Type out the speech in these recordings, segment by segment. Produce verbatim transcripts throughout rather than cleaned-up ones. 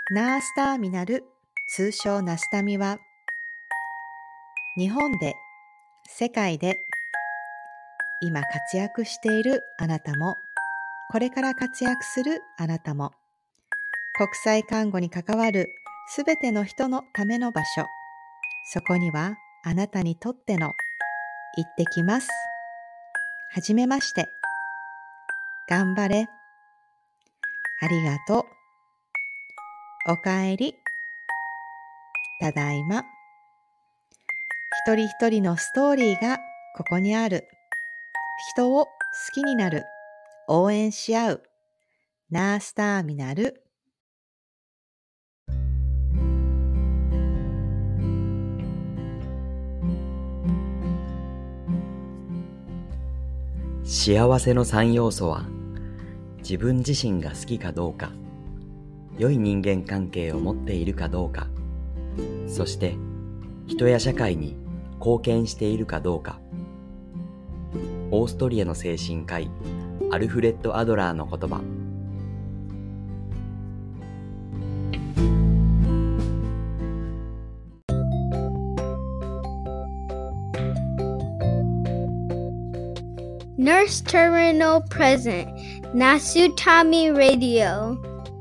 ナースターミナル、通称ナスタミは、日本で、世界で、今活躍しているあなたも、これから活躍するあなたも、国際看護に関わるすべての人のための場所。そこにはあなたにとっての行ってきます。はじめまして。頑張れ。ありがとう。おかえり。ただいま。一人一人のストーリーがここにある。人を好きになる。応援し合う。ナースターミナル。 幸せの三要素は、自分自身が好きかどうか、良い人間関係を持っているかどうか、そして人や社会に貢献しているかどうか。オーストリアの精神科医、アルフレッド・アドラーの言葉。 Nurse Terminal Present Nasutami Radio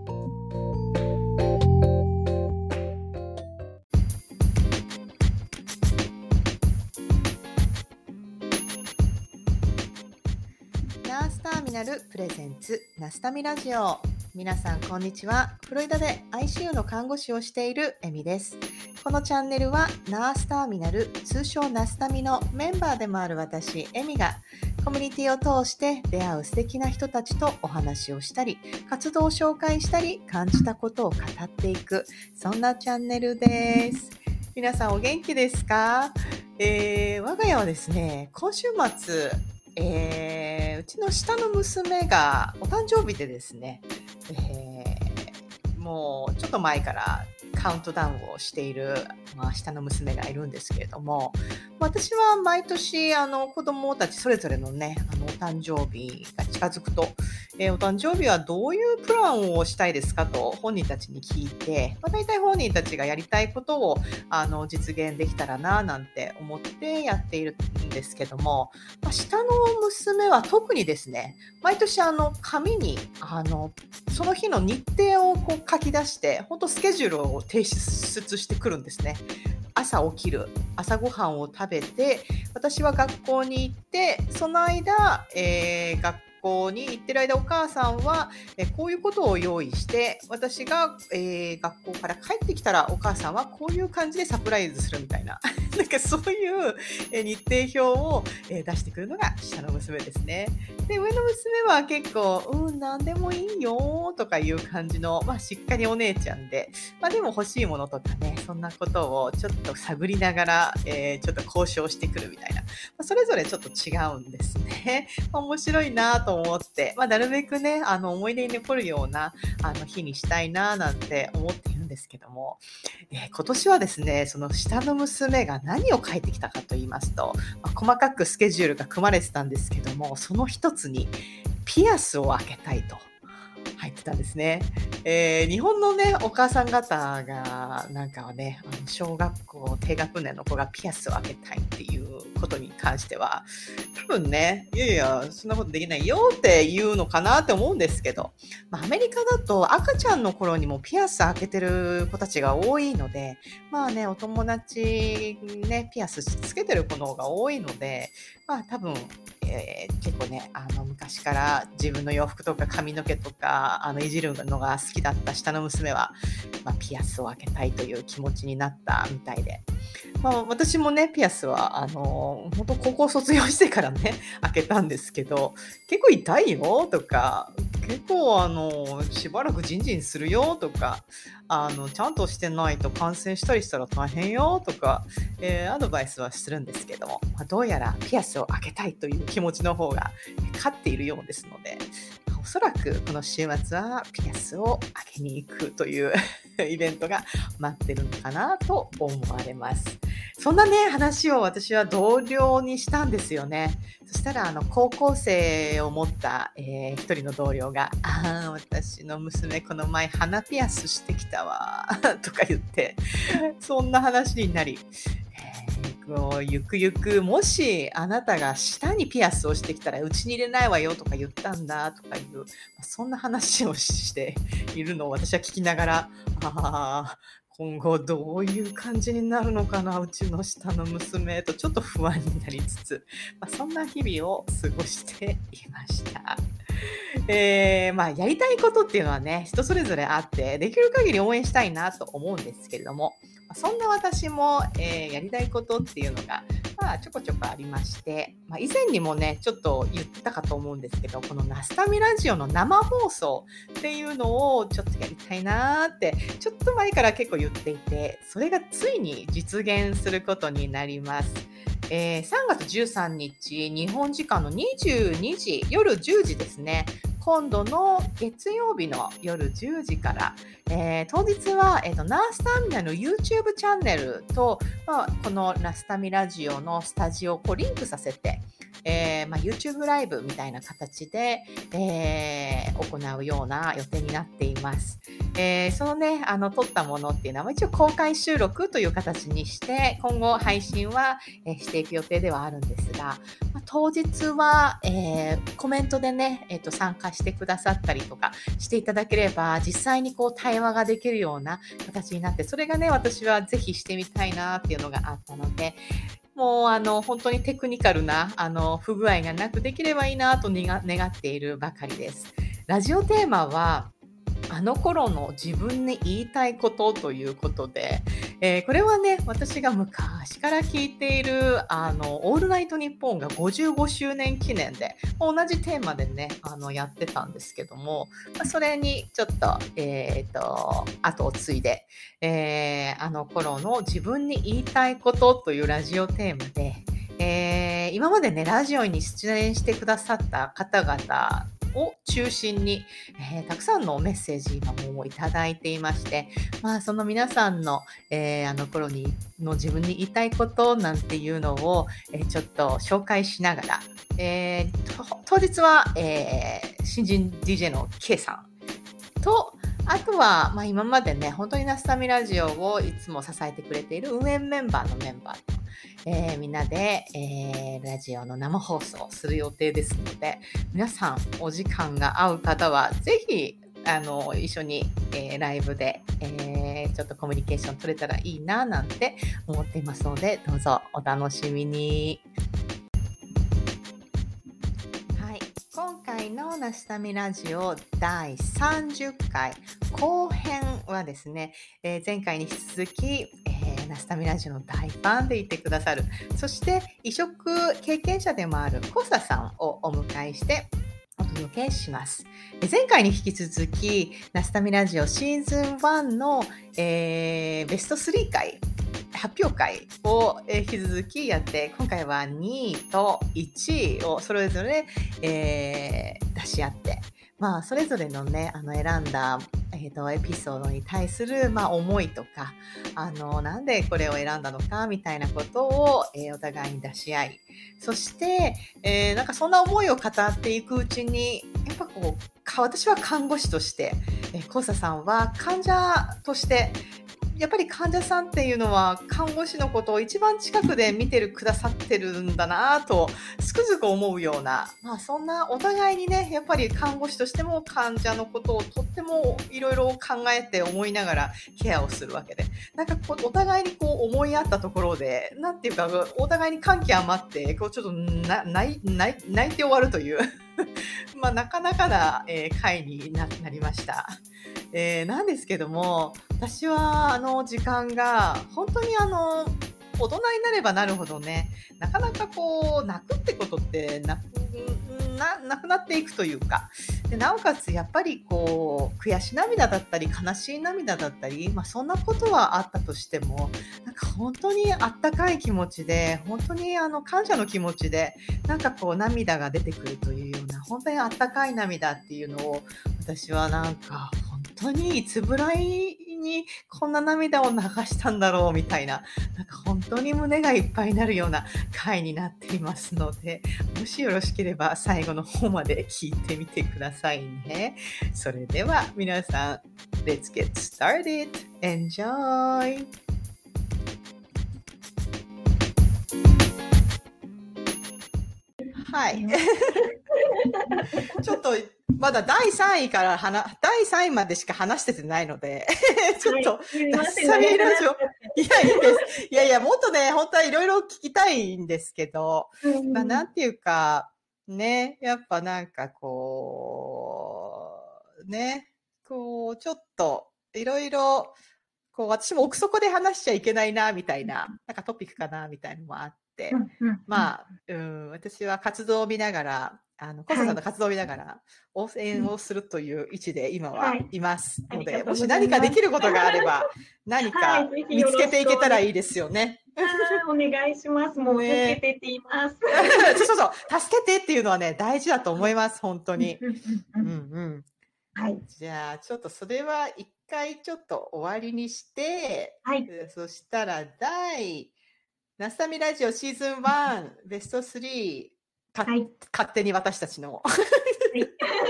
ナースターミナルプレゼンツナスタミラジオ。皆さんこんにちは。フロリダで アイシーユー の看護師をしているエミです。このチャンネルはナースターミナル、通称ナスタミのメンバーでもある私エミがコミュニティを通して出会う素敵な人たちとお話をしたり、活動を紹介したり、感じたことを語っていく、そんなチャンネルです。皆さんお元気ですか？えー、我が家はですね、今週末えー、うちの下の娘がお誕生日でですね、えー、もうちょっと前からカウントダウンをしている、まあ、下の娘がいるんですけれども、私は毎年あの子供たちそれぞれのね、あのお誕生日が近づくと、えー、お誕生日はどういうプランをしたいですかと本人たちに聞いて、まあ、大体本人たちがやりたいことをあの実現できたらななんて思ってやっているんですけども、まあ、下の娘は特にですね、毎年あの紙にあのその日の日程をこう書き出して、本当スケジュールを提出してくるんですね。朝起きる、朝ごはんを食べて、私は学校に行って、その間、えー、学校に行ってる間、お母さんはえこういうことを用意して、私が、えー、学校から帰ってきたら、お母さんはこういう感じでサプライズするみたいな、なんかそういうえ日程表をえ出してくるのが下の娘ですね。で、上の娘は結構、うん、なんでもいいよとかいう感じの、まあ、しっかりお姉ちゃんで、まあ、でも欲しいものとかね、そんなことをちょっと探りながら、えー、ちょっと交渉してくるみたいな、まあ、それぞれちょっと違うんですね。まあ、面白いなと思って、まあ、なるべくね、あの思い出に残るようなあの日にしたいななんて思っているんですけども、えー、今年はですね、その下の娘が何を書いてきたかと言いますと、まあ、細かくスケジュールが組まれてたんですけども、その一つにピアスを開けたいと入ってたんですね。えー、日本のね、お母さん方がなんかはね、あの小学校低学年の子がピアスを開けたいっていうことに関しては、多分ね、いやいや、そんなことできないよって言うのかなって思うんですけど、まあ、アメリカだと赤ちゃんの頃にもピアス開けてる子たちが多いので、まあね、お友達にね、ピアスつけてる子の方が多いので、まあ多分、えー、結構ね、あの昔から自分の洋服とか髪の毛とかあのいじるのが好きだった下の娘は、まあ、ピアスを開けたいという気持ちになったみたいで、まあ、私もね、ピアスはあの本当高校卒業してからね開けたんですけど、結構痛いよとか、結構あのしばらくジンジンするよとか、あのちゃんとしてないと感染したりしたら大変よとか、えー、アドバイスはするんですけども、まあ、どうやらピアスを開けたいという気持ちの方が勝っているようですので、おそらくこの週末はピアスを開けに行くというイベントが待ってるのかなと思われます。 そんなね、話を私は同僚にしたんですよね。そしたら、あの、高校生を持った、えー、一人の同僚が、ああ、私の娘この前鼻ピアスしてきたわ、とか言って、そんな話になり、えーこうゆくゆくもしあなたが舌にピアスをしてきたらうちに入れないわよとか言ったんだとかいう、まあそんな話をしているのを私は聞きながら、ああ、今後どういう感じになるのかな、うちの下の娘とちょっと不安になりつつ、まあ、そんな日々を過ごしていました。えーまあ、やりたいことっていうのはね、人それぞれあって、できる限り応援したいなと思うんですけれども、まあそんな私も、えーやりたいことっていうのが、まあ、ちょこちょこありまして、まあ、以前にもね、ちょっと言ったかと思うんですけど、このナスタミラジオの生放送っていうのをちょっとやりたいなーって、ちょっと前から結構言っていて、それがついに実現することになります。えーさんがつじゅうさんにち、日本時間のにじゅうにじ、夜じゅうじですね。今度の月曜日の夜じゅうじから、えー当日は、えーとナースタミナの YouTube チャンネルと、まあ、このナスタミラジオのスタジオをこうリンクさせて、えーまあ、YouTube ライブみたいな形で、えー行うような予定になっています。えーそのね、あの撮ったものっていうのは一応公開収録という形にして今後配信は、えーしていく予定ではあるんですが、まあ、当日は、えーコメントでね、えーと参加してくださったりとかしていただければ実際にこう対話ができるような形になって、それがね私はぜひしてみたいなっていうのがあったので、もうあの本当にテクニカルなあの不具合がなくできればいいなと願っているばかりです。ラジオテーマはあの頃の自分に言いたいことということで、えーこれはね、私が昔から聞いている、あの、オールナイトニッポンがごじゅうごしゅうねん記念で、同じテーマでね、あの、やってたんですけども、まあそれにちょっと、えっと、後を継いで、えーあの頃の自分に言いたいことというラジオテーマで、えー今までね、ラジオに出演してくださった方々を中心に、えーたくさんのメッセージ今もういただいていまして、まあその皆さんの、えーあの頃にの自分に言いたいことなんていうのを、えーちょっと紹介しながら、えーと当日は、えー新人 ディージェー の K さんと、あとは、まあ、今までね、本当にナスタミラジオをいつも支えてくれている運営メンバーのメンバーと、えーみんなで、えーラジオの生放送をする予定ですので、皆さんお時間が合う方はぜひあの一緒に、えーライブで、えーちょっとコミュニケーション取れたらいいななんて思っていますので、どうぞお楽しみに。はい、今回のナスタミラジオだいさんじゅっかい後編はですね、えー前回に引き続き、えーナスタミラジオの大ファンでいてくださる、そして移植経験者でもあるコサさんをお迎えしてお届けします。え前回に引き続きナスタミラジオシーズンワンの、えーベストスリー回発表会を、えー引き続きやって、今回はにいといちいをそれぞれ、えー出し合って、まあそれぞれのね、あの選んだ、えーとエピソードに対する、まあ、思いとか、あのなんでこれを選んだのかみたいなことを、えーお互いに出し合い、そして、えーなんかそんな思いを語っていくうちに、やっぱこうか私は看護師として、えー、コーサさんは患者として、やっぱり患者さんっていうのは看護師のことを一番近くで見てるくださってるんだなとつくづく思うような、まあそんなお互いにね、やっぱり看護師としても患者のことをとってもいろいろ考えて思いながらケアをするわけで、なんかこうお互いにこう思い合ったところで、なんていうかお互いに感極まってこうちょっとな泣い泣い泣いて終わるというまあなかなかな、えー回にななりました。えーなんですけども、私はあの時間が本当にあの大人になればなるほどね、なかなかこう泣くってことってなくななくなっていくというか、でなおかつやっぱりこう悔し涙だったり悲しい涙だったり、まあ、そんなことはあったとしても、なんか本当にあったかい気持ちで、本当にあの感謝の気持ちで、なんかこう涙が出てくるというような、本当にあったかい涙っていうのを私はなんか本当にいつぶらいにこんな涙を流したんだろうみたいな、なんか本当に胸がいっぱいになるような回になっていますので、もしよろしければ最後の方まで聞いてみてくださいね。それでは皆さん、Let's get started! Enjoy! はい。ちょっと、まだだいさんいから話、だいさんいまでしか話しててないので、ちょっと、ナスタミラジオ、いや、いいです。いやいや、もっとね、本当はいろいろ聞きたいんですけど、まあ、なんていうか、ね、やっぱなんかこう、ね、こう、ちょっと、いろいろ、こう、私も奥底で話しちゃいけないな、みたいな、なんかトピックかな、みたいなのもあって、まあ、うん、私は活動を見ながら、あの、コンサさんの活動を見ながら、応援をするという位置で今はいますので、はい、もし何かできることがあれば、何か見つけていけたらいいですよね。 はい、お願いします。もう、助けてって言います。 そうそうそう、助けてっていうのはね、大事だと思います、本当に。うんうん。はい。じゃあ、ちょっとそれは一回ちょっと終わりにして、はい。そしたら、第、ナスタミラジオシーズンワン、ベストスリー、はい、勝手に私たちの。はい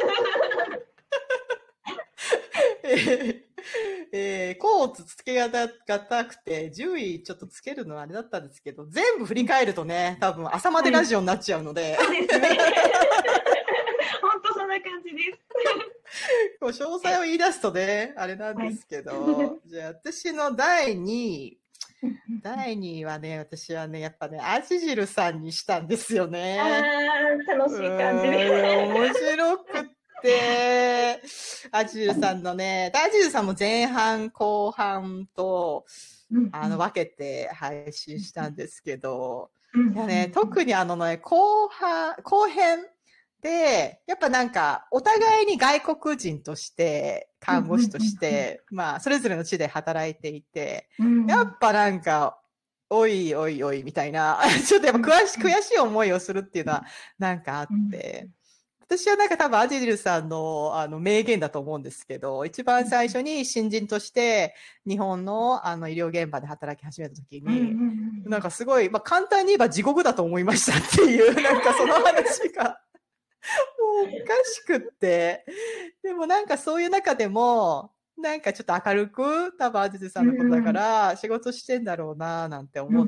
えーえー、コーツつけがたくて、順位ちょっとつけるのはあれだったんですけど、全部振り返るとね、多分朝までラジオになっちゃうので。 はい、そうですね。本当そんな感じです。 こう詳細を言い出すとね、あれなんですけど、はい、じゃあ私のだいにい、だいにいはね、私はね、やっぱね、アジジルさんにしたんですよね。 あー、楽しい感じで。 面白くって、アジジルさんのね、アジジルさんも前半後半と、あの、分けて配信したんですけど、いやね、特にあのね、後半、後編で、やっぱなんか、お互いに外国人として、看護師として、まあ、それぞれの地で働いていて、やっぱなんか、おいおいおいみたいな、ちょっとやっぱ悔し、悔しい思いをするっていうのはなんかあって、私はなんか多分アジルさんのあの名言だと思うんですけど、一番最初に新人として日本のあの医療現場で働き始めた時に、なんかすごい、まあ簡単に言えば地獄だと思いましたっていう、なんかその話が、もうおかしくって。でもなんかそういう中でも、なんかちょっと明るく、多分アジズさんのことだから、仕事してんだろうななんて思って、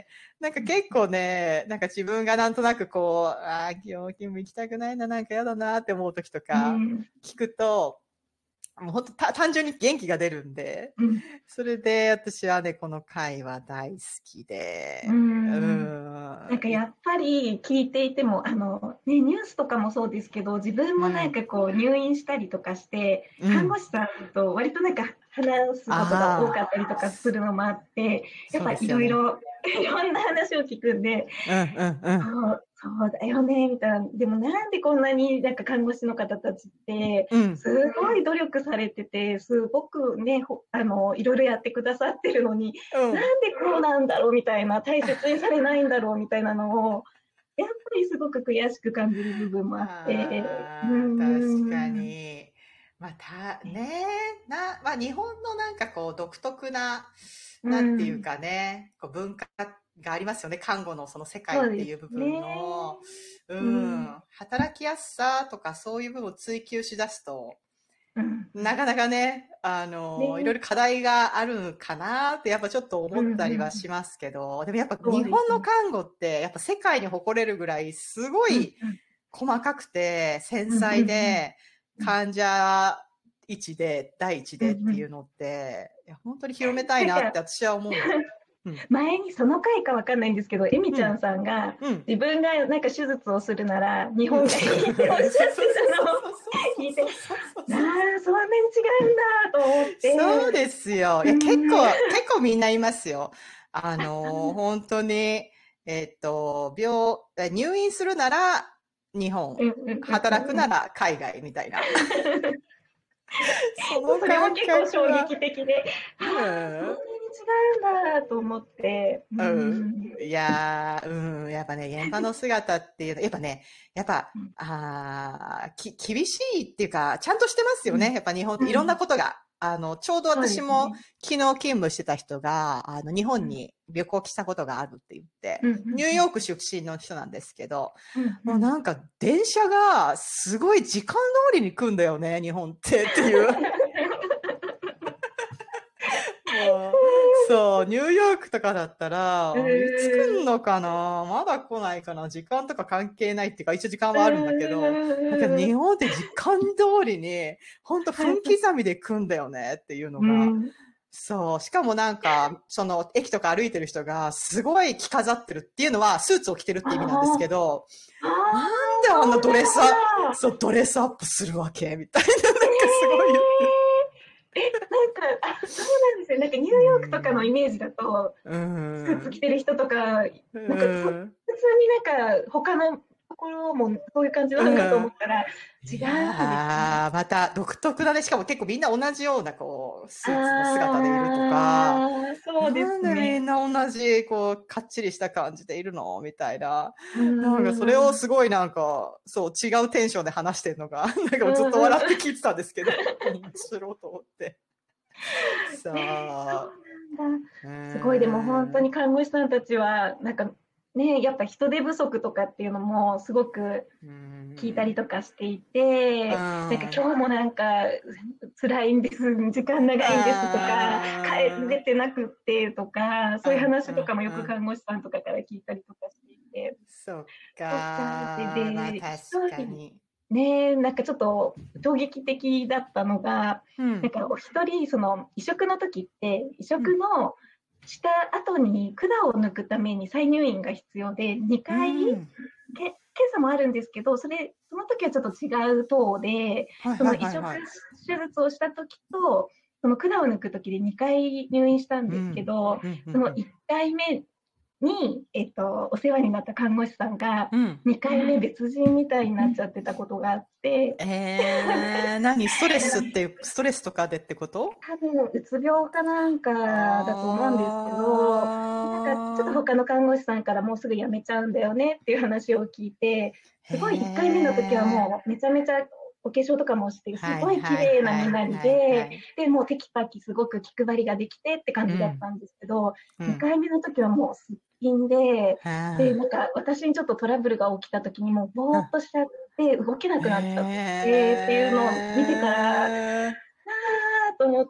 なんか結構ね、なんか自分がなんとなくこう、ああ、今日勤務行きたくないな、なんかやだなって思う時とか、聞くと、もう本当単純に元気が出るんで、うん、それで私はね、この回は大好きで、うんうんなんかやっぱり聞いていても、あの、ね、ニュースとかもそうですけど、自分もなんかこう入院したりとかして、うん、看護師さんと割となんか話すことが多かったりとかするのもあって、やっぱいろいろ、いろんな話を聞くんで、うんうんうん、そうそうだよねみたいな。でもなんでこんなになんか看護師の方たちってすごい努力されてて、すごくねあのいろいろやってくださってるのに、うん、なんでこうなんだろうみたいな、大切にされないんだろうみたいなのをやっぱりすごく悔しく感じる部分もあって。 あ確かに。またねな、まあ、日本のなんかこう独特ななんていうかね、うん、こう文化がありますよね。看護のその世界っていう部分の、う、ね、うん、うん、働きやすさとかそういう部分を追求しだすと、うん、なかなかね、あの、ね、いろいろ課題があるかなってやっぱちょっと思ったりはしますけど、うん、でもやっぱ日本の看護ってやっぱ世界に誇れるぐらいすごい細かくて繊細で、患者一で第一でっていうのって、いや本当に広めたいなって私は思う。 うん、前にその回かわかんないんですけど、エミちゃんさんが、うん、自分がなんか手術をするなら日本がいいっておっしゃってたのを聞いて、ああそんなに違うんだと思って。 そうですよ。いや結構、うん、結構みんな言いますよ。あの本当にえっと病入院するなら日本、働くなら海外みたいな。 そのそれも結構衝撃的で、うん、こんなに違うんだと思って、 うん、いやー、うん、やっぱね現場の姿っていうのやっぱねやっぱ、うん、あき厳しいっていうかちゃんとしてますよね、やっぱ日本っていろんなことがあの、ちょうど私も昨日勤務してた人が、あの、日本に旅行来たことがあるって言って、 うんニューヨーク出身の人なんですけど、 うんもうなんか電車がすごい時間通りに来んだよね、日本ってっていう。もうそう、ニューヨークとかだったら、 へーいつ来んのかなまだ来ないかな時間とか関係ないっていうか、一応時間はあるんだけど、だけど日本って時間通りに、ほんと分刻みで来んだよねっていうのが、 うんそう。しかもなんか、その、駅とか歩いてる人が、すごい着飾ってるっていうのは、スーツを着てるって意味なんですけど、 あなんであんなドレスアッープ、そう、ドレスアップするわけみたいな、なんかすごい言ってえ、なんか、あ、そうなんですよ。なんかニューヨークとかのイメージだと、 うーん。 スーツ着てる人とか、なんか、 う普ん。 通になんか、他のところもそういう感じなのかと思ったら、違うんですね。 ああ、また独特だね。しかも結構みんな同じような、こう、スーツの姿でいるとか、 あーそうでなんでみすね。 んな同じ、こう、かっちりした感じでいるのみたいな。 うーんなんかそれをすごいなんか、そう、違うテンションで話してるのが、なんかずっと笑って聞いてたんですけど、面白いと思って。さあ。 そうなんだ。すごい、でも本当に看護師さんたちは、なんかね、やっぱ人手不足とかっていうのもすごく聞いたりとかしていて、なんか今日もなんか辛いんです、時間長いんですとか、帰れてなくってとか、そういう話とかもよく看護師さんとかから聞いたりとかしていて。 そっか。 で、 まあ確かに。 ねえ、なんかちょっと衝撃的だったのが、 うんなんかお一人、その移植の時って、移植のした後に管を抜くために再入院が必要で、にかい、 うんけ検査もあるんですけど、それ、その時はちょっと違う棟で、その移植手術をした時と、その管を抜く時でにかい入院したんですけど、そのいっかいめに、えっと、お世話になった看護師さんが、にかいめ別人みたいになっちゃってたことがあって。 うん、えー、何ストレスっていう、ストレスとかでってこと？ 多分、うつ病かなんかだと思うんですけど、なんかちょっと他の看護師さんからもうすぐ辞めちゃうんだよねっていう話を聞いて、すごいいっかいめの時はもうめちゃめちゃお化粧とかもして、すごい綺麗な身なりで、で、もうテキパキすごく気配りができてって感じだったんですけど、うん、にかいめの時はもうすっぴんで、で、なんか私にちょっとトラブルが起きた時にもうぼーっとしちゃって動けなくなっちゃってっていうのを見てから、あーと思って、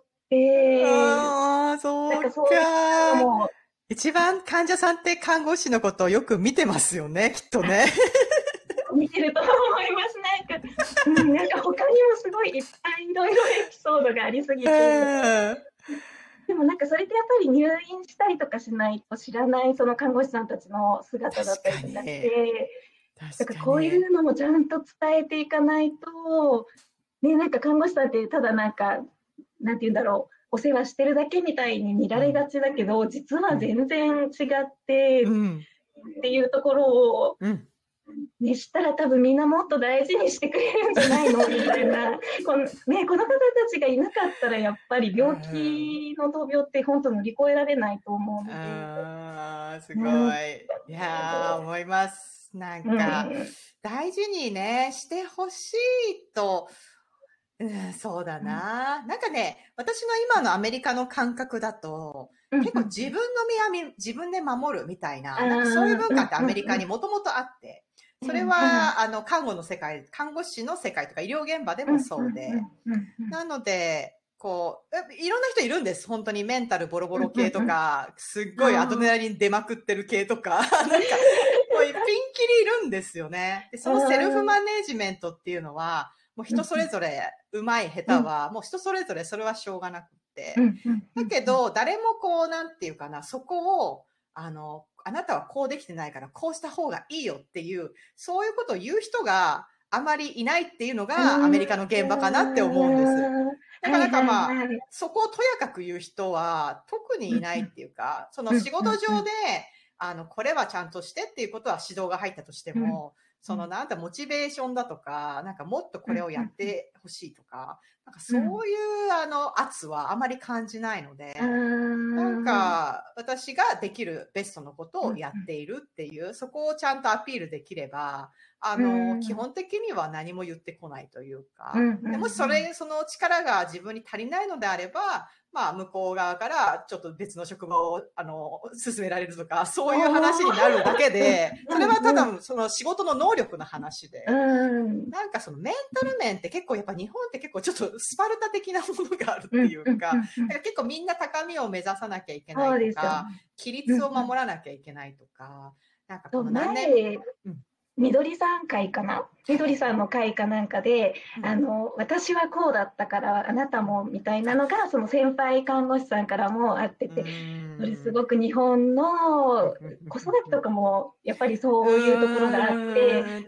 ああ、そうか。なんかそういうのも一番患者さんって看護師のことをよく見てますよね、きっとね。 見てると思います。なんか、うん、なんか他にもすごいいっぱいいろいろエピソードがありすぎて。でもなんかそれってやっぱり入院したりとかしないと知らないその看護師さんたちの姿だったりとかして、だからこういうのもちゃんと伝えていかないと、ね、なんか看護師さんってただなんか、なんて言うんだろう、お世話してるだけみたいに見られがちだけど、うん、実は全然違って、うん、っていうところを、うんね、したら多分みんなもっと大事にしてくれるんじゃないのみたいなこの、ね、この方たちがいなかったらやっぱり病気の闘病って本当乗り越えられないと思うので。 あーすごい、うん、いやー思います。なんか、うん、大事にねしてほしいと、うん、そうだな、うん、なんかね私の今のアメリカの感覚だと、うん、結構自分の身は自分で守るみたいな、なんかそういう文化ってアメリカにもともとあって、それは、あの、看護の世界、看護師の世界とか医療現場でもそうで、なので、こう、いろんな人いるんです。本当にメンタルボロボロ系とか、すっごいアドレナリン出まくってる系とか、なんか、もうピンキリいるんですよね。で、そのセルフマネージメントっていうのは、もう人それぞれ、上手い下手は、もう人それぞれそれはしょうがなくて。だけど、誰もこう、なんていうかな、そこを、あの、あなたはこうできてないからこうした方がいいよっていう、そういうことを言う人があまりいないっていうのがアメリカの現場かなって思うんです。なかなかまあ、そこをとやかく言う人は特にいないっていうか、その仕事上で、あの、これはちゃんとしてっていうことは指導が入ったとしても、そのなんだモチベーションだとか、なんかもっとこれをやってほしいとか、なんかそういう、うん、あの圧はあまり感じないので、なんか私ができるベストのことをやっているっていう、うん、そこをちゃんとアピールできれば、あの、うん、基本的には何も言ってこないというか、うん、でもしそれ、その力が自分に足りないのであれば、まあ、向こう側からちょっと別の職場を、あの、進められるとか、そういう話になるだけで、それはただ、その仕事の能力の話で、なんかそのメンタル面って結構やっぱ日本って結構ちょっとスパルタ的なものがあるっていうか、結構みんな高みを目指さなきゃいけないとか、規律を守らなきゃいけないとか、なんかこの何年、 みどりさん会かなみどりさんの会かなんかで、うん、あの、私はこうだったからあなたもみたいなのが、その先輩看護師さんからもあってて、それすごく日本の子育てとかもやっぱりそういうところがあって、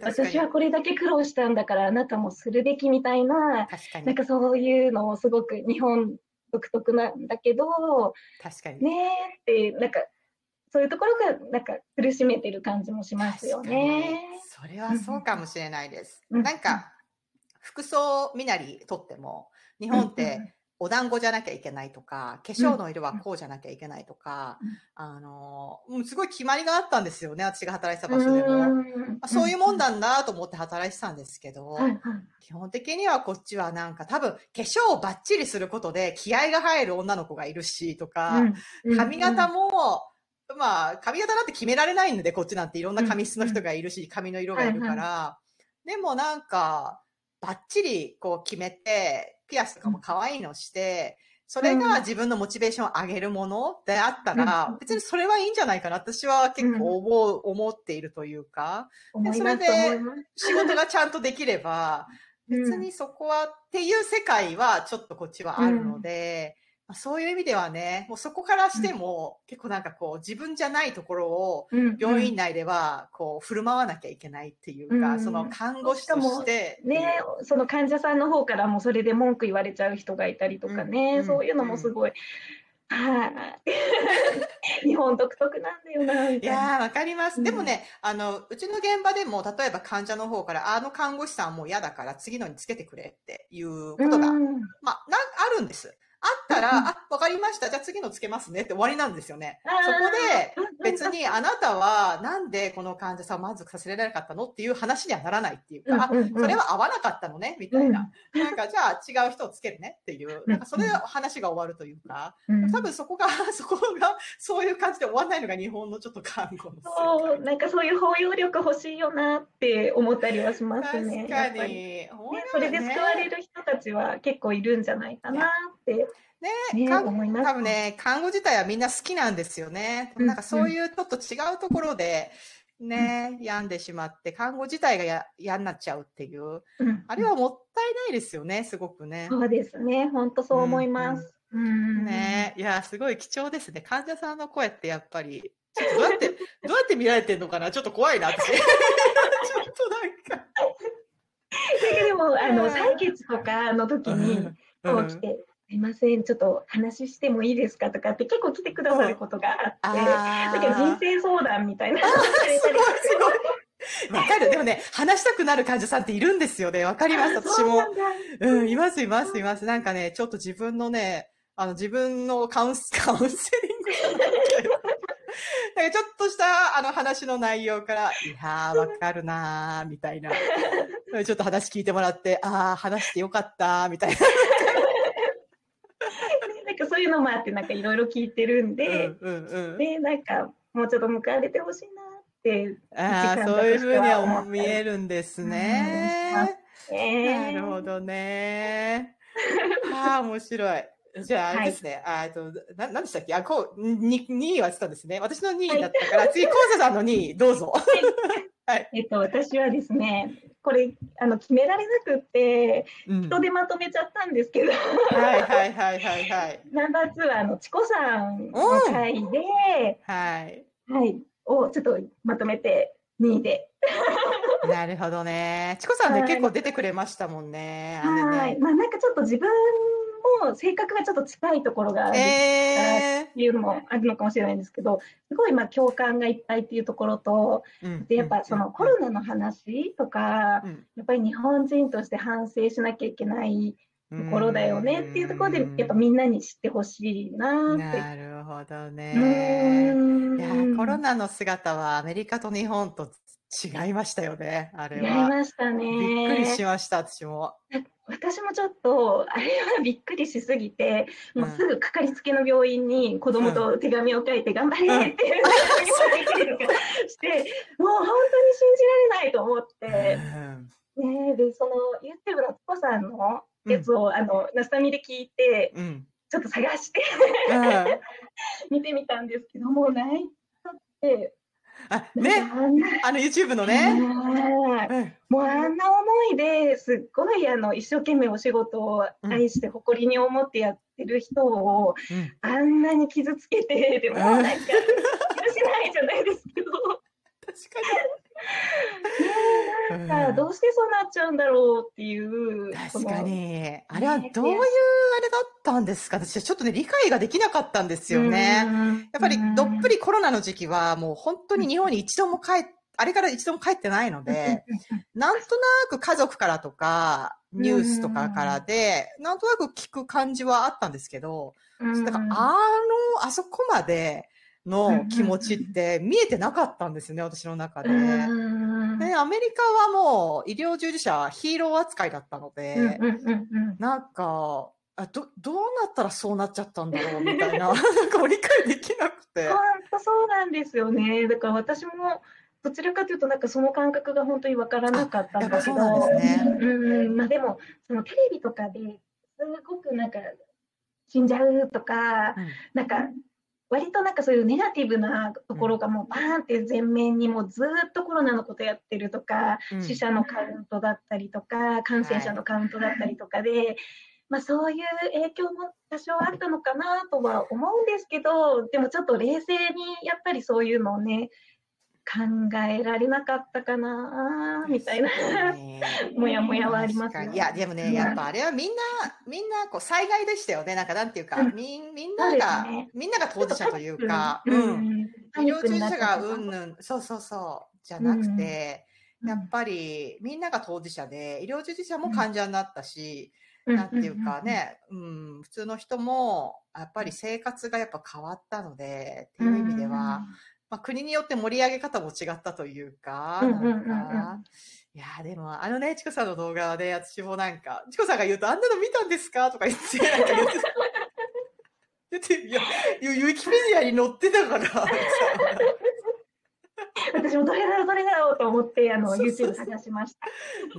私はこれだけ苦労したんだからあなたもするべきみたいな、なんかそういうのをすごく日本独特なんだけど、 確かにねーって、なんか、そういうところがなんか苦しめてる感じもしますよね。 それはそうかもしれないです。うん、なんか服装身なりとっても日本ってお団子じゃなきゃいけないとか、化粧の色はこうじゃなきゃいけないとか、あのすごい決まりがあったんですよね。私が働いてた場所でも、まあ、そういうもんなんだと思って働いてたんですけど、基本的にはこっちはなんか多分化粧をバッチリすることで気合が入る女の子がいるしとか、髪型もまあ、髪型なんて決められないので、こっちなんていろんな髪質の人がいるし、うん、髪の色がいるから、はいはい、でもなんか、バッチリこう決めて、ピアスとかも可愛いのして、それが自分のモチベーションを上げるものであったら、うん、別にそれはいいんじゃないかな。私は結構思う、うん、思っているというか、でそれで仕事がちゃんとできれば、別にそこは、っていう世界はちょっとこっちはあるので、うんそういう意味ではね、もうそこからしても、うん、結構なんかこう自分じゃないところを病院内ではこう振る舞わなきゃいけないっていうか、うん、その看護師としてね、その患者さんの方からもそれで文句言われちゃう人がいたりとかね、うん、そういうのもすごい、はい、日本独特なんだよなみたいな。 いやーわかります、うん、でもね、あのうちの現場でも例えば患者の方からあの看護師さんもう嫌だから次のにつけてくれっていうことが、うん、まあなあるんです。あったら、うん、あ、わかりました。じゃあ次のつけますねって終わりなんですよね。そこで別にあなたはなんでこの患者さんを満足させられなかったのっていう話にはならないっていうか、うんうんうん、あ、それは合わなかったのねみたいな。うん、なんかじゃあ違う人をつけるねっていう、なんかそれで話が終わるというか、うん、多分そこが、そこがそういう感じで終わらないのが日本のちょっと看護の世界。 そう、なんかそういう包容力欲しいよなって思ったりはしますね。 確かに。 ね、それで救われる人たちは結構いるんじゃないかなって。 ね、ね、思います。多分ね、看護自体はみんな好きなんですよね。なんかそういうちょっと違うところで、ね、うん、病んでしまって、看護自体がや嫌になっちゃうっていう、うん、あれはもったいないですよね、すごくね。 そうですね、本当そう思います。うんうん、 ね、いや、すごい貴重ですね。患者さんの声ってやっぱり、ちょっとどうやって、どうやって見られてるのかな、ちょっと怖いな、私。ちょっとなんか。 でも、あの、採血とかの時に、こう来て、すいません、ちょっと話してもいいですかとかって結構来てくださることがあって、だから人生相談みたいな。すごいすごい。わかる。でもね、話したくなる患者さんっているんですよね。わかります。私も。うん、います、います、います。なんかね、ちょっと自分のね、あの、自分のカウンス、カウンセリングじゃないけど、なんかちょっとしたあの話の内容から、いやー、わかるなー、みたいな。ちょっと話聞いてもらって、あー、話してよかったー、みたいな。 なんかそういうのもあって、なんかいろいろ聞いてるんで、うんうんうん、で、なんかもうちょっと迎えれてほしいなって、 ああ、そういうふうには見えるんですね。うん、なるほどね。ああ、面白い。じゃあ、あれですね。はい、あと、な、なんでしたっけあ、こう、に、にいは言ってたんですね。私のにいだったから、はい、次、コウサさんのにい、どうぞ。 はい。えっと、私はですね、これ、あの、決められなくって、人でまとめちゃったんですけど。 はいはいはいはいはい。 ナンバーツーは、あの、チコさんの回で、 はい。 はい。を、ちょっとまとめて、にいで。 なるほどね。チコさんね、結構出てくれましたもんね。 はい。まあ、なんかちょっと自分も性格がちょっと近いところがあるからっえていうのもあるのかもしれないんですけど、すごいまあ共感がいっぱいっていうところと、 ー、 でやっぱそのコロナの話とか、 うんやっぱり日本人として反省しなきゃいけないところだよねっていうところで、やっぱみんなに知ってほしいなって。 なるほどうね。 ーんいやー、コロナの姿はアメリカと日本と違いましたよね、あれ違いは。 ましたね。 びっくりしました、私も。 私もちょっと、あれはびっくりしすぎて、もううんすぐかかりつけの病院に子供と手紙を書いて頑張れっていう手紙を書いたりとかして、もう本当に信じられないと思って、ね、で、その YouTube のトコさんのやつを、あの、ナスタミで聞いて、 うんうんちょっと探してうん見てみたんですけど、もう泣いちゃって、 あね、 なんかあんなあの YouTube のね。 はいうんもうあんな思いですっごいあの一生懸命お仕事を愛して誇りに思ってやってる人をうんあんなに傷つけて、でもなんか許せないじゃないですけど、 確なんかどうしてそうなっちゃうんだろうっていう、 かに。 その確かに。あれはどういうあれだったんですか？私はちょっとね、理解ができなかったんですよね。やっぱりどっぷりコロナの時期はもう本当に日本に一度も帰っ、あれから一度も帰ってないので、なんとなく家族からとか、ニュースとかからで、なんとなく聞く感じはあったんですけど、 うんだからあの、あそこまでの気持ちって見えてなかったんですよね、私の中で。 うんで、アメリカはもう医療従事者ヒーロー扱いだったので、 うんうんうんうんなんか、あど、どうなったらそうなっちゃったんだろうみたいな、なんかもう理解できなくて。 本当そうなんですよね。だから私もどちらかというとなんかその感覚が本当にわからなかったんだけど、 あやっぱそうなんですねうん、まあでもそのテレビとかですごくなんか死んじゃうとか、 うんなんか割となんかそういうネガティブなところがもうバーンって前面にもうずっとコロナのことやってるとか、 うん死者のカウントだったりとか、感染者のカウントだったりとかで、まあそういう影響も多少あったのかなとは思うんですけど、でもちょっと冷静にやっぱりそういうのをね、考えられなかったかなみたいなもやもやはありますね。 確かにいや、でもね、やっぱあれはみんな、みんなこう災害でしたよね。なんかなんていうか、 うんみんみんそうですなが、 ねみんなが当事者というか、 ううん。 ん、 医療従事者がううんぬん、そうそうそう、じゃなくて、 うんやっぱりみんなが当事者で、医療従事者も患者になったし、 んなんていうかね、うん、普通の人も、やっぱり生活がやっぱ変わったので、っていう意味では、まあ、国によって盛り上げ方も違ったというか、 うんうんうんうんなんか、いやーでも、あのね、チコさんの動画で、私もなんか、チコさんが言うと、あんなの見たんですかとか言って、なんか言ってた。言って、いや、ウィキペディアに載ってたから、 私もどれだろうどれだろうと思ってあのそうそうそう YouTube 探しました。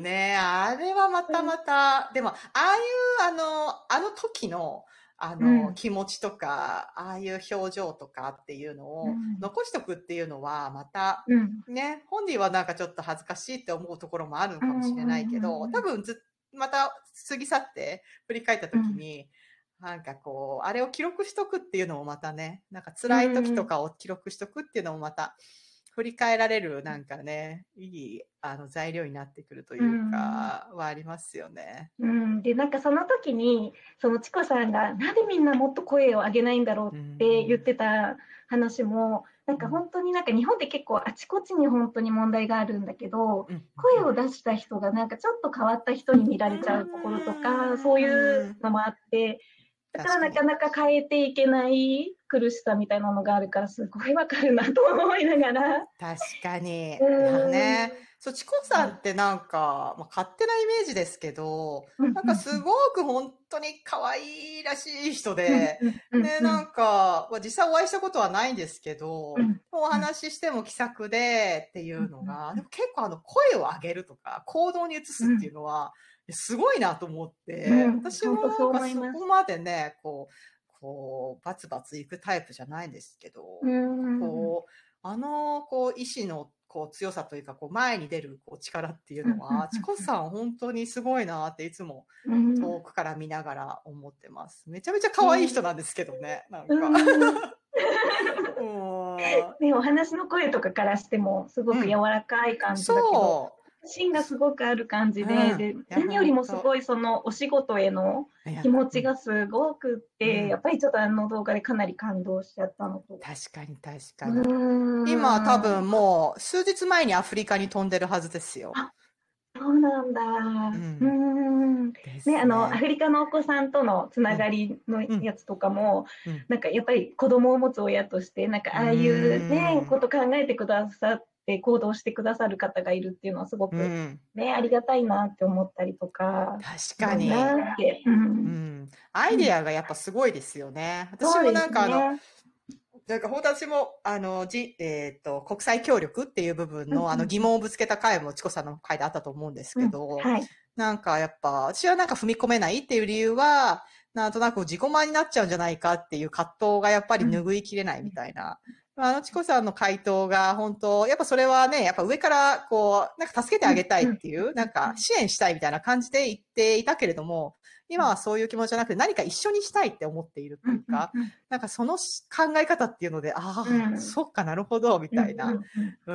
ねえ、あれはまたまた、でも、ああいう、あの、あの時の、あの、 うん気持ちとか、ああいう表情とかっていうのをうん残しておくっていうのは、また、 うんね、本人はなんかちょっと恥ずかしいって思うところもあるのかもしれないけど、 うんうんうんうん多分ず、また過ぎ去って振り返った時に、なんかこう、あれを記録しとくっていうのもまたね、なんか辛い時とかを記録しとくっていうのもまた、振り返られるなんかね、いいあの材料になってくるというか、はありますよね。 うん、でなんかその時にそのチコさんがなんでみんなもっと声を上げないんだろうって言ってた話も、なんか本当になんか日本って結構あちこちに本当に問題があるんだけど、 うん声を出した人がなんかちょっと変わった人に見られちゃうところとか、そういうのもあって、だからなかなか変えていけない苦しさみたいなのがあるからすごいわかるなと思いながら。 確かに。 うんまあね、そう、チコさんってなんか、まあ、勝手なイメージですけど、 うんなんかすごく本当に可愛いらしい人で、 うんね、なんか、まあ、実際お会いしたことはないんですけど、 うんお話ししても気さくでっていうのが、でも結構あの声を上げるとか、行動に移すっていうのは、すごいなと思って、 うん私も本当そうなんかそ思いますこまでね、こう、こう、バツバツいくタイプじゃないんですけど、 うんこう、あの、こう、意志の、こう、強さというか、こう、前に出る、こう、力っていうのうんうんは、チコさん本当にすごいなっていつもうん遠くから見ながら思ってます。めちゃめちゃ可愛い人なんですけどね、なんか。 うんもうね、お話の声とかからしてもすごく柔らかい感じだけど、 そ芯がすごくある感じで、 うんで、 いや何よりもすほんとごいそのお仕事へのいや気持ちがすごくっうて、 んやっぱりちょっとあの動画でかなり感動しちゃったのと。 確かに確うかに。 ーん。 今多分もう数日前にアフリカに飛んでるはずですよ。 あ、そうなんだ。 ううーん。 ん。 ですね、あの、アね。 フリカのお子さんとのつながりのうん。 やつとかも、 うん。 なんかやっぱり子供を持つ親として、なんかうああいうね、 ん。 こと考えてくださって行動してくださる方がいるっていうのはすごうくん。 ね、ありがたいなって思ったりとか、 確すごいかに。 なって。う。 うんん。アイうん。 デアがやっぱすごいですよね。私そうもですね。 なんかあの、なんか本当私も、あの、じ、えっと、国際協力っていう部分うんのあの疑うん問をぶつけた回もチコさんの回であったと思うんですうん。うん。 けど、 はい。 なんかやっぱ、私はなんか踏み込めないっていう理由は、なんとなく自己満になっちゃうんじゃないかっていう葛藤がやっぱりうん。 拭いきれないみたいな。あのチコさんの回答が本当、やっぱそれはね、やっぱ上からこう、なんか助けてうん。 あげたいうん。 っていう、なんか支援したいみたいな感じで言っていたけれども、今はそういう気持ちじゃなくて何か一緒にしたいって思っているっていうか、 うん。 なんかそのし考え方っていうので、あうん。 あ、そっかなるほど、みうん。 たいな。 うん。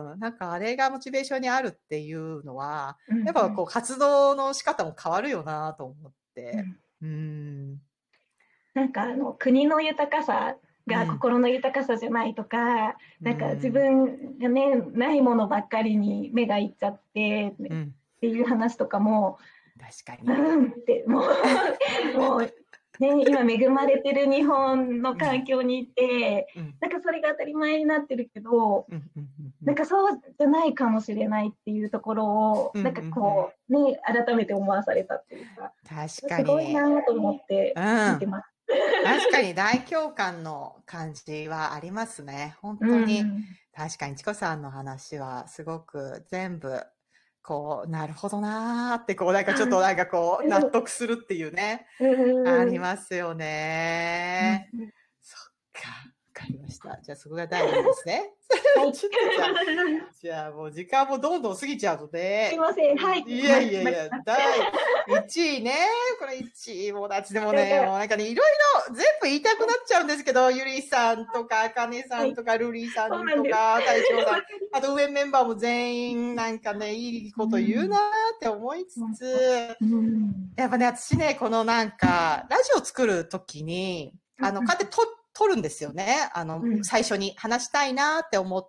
うん。なんかあれがモチベーションにあるっていうのは、 うん。 やっぱこう活動の仕方も変わるよなと思っうて。 ん。 うん。 なんかあの国の豊かさがうん。 心の豊かさじゃないとか、 うなんか自ん。 分がね、ないものばっかりに目がいっちゃってっうん。 ていう話とかも、う確かに。 んってもう、もうね、今恵まれてる日本のうん。 環境にいて、 うん。 なんかそれが当たり前になってるけど、 うん。うん。うん。 なんかそうじゃないかもしれないっていうところを、 うん。 なんかうん。 こう、ね、改めて思わされたっていうか、 確かすごいに。 なと思ってうん。 見てます。 確かに大共感の感じはありますね。本う当に。 ん。 確かにチコさんの話はすごく全部、こう、なるほどなーって、こう、なんかちょっとなんかこう、納得するっていうね。ありますよね。そっか。わかりました。じゃあそこが大事ですね。 はい。 ちょっとじゃあ、じゃあもう時間もどんどん過ぎちゃうのすいで、 ません。はい。 いやいやいや、 まだいいちいね。これいちいもだちでもね、もうなんかね、いろいろ全部言いたくなっちゃうんですけど、ゆりさんとか、あかねさんとか、ルリーさんそうなんです。 とか、太一郎さん、 わかりまあと上メンバーも全員なんかね、いいこと言うなーって思いつつ、 す。うん。 やっぱね、私ね、このなんか、ラジオ作るときに、あの、こうやって撮撮るんですよね。あの、 うん最初に話したいなって思って、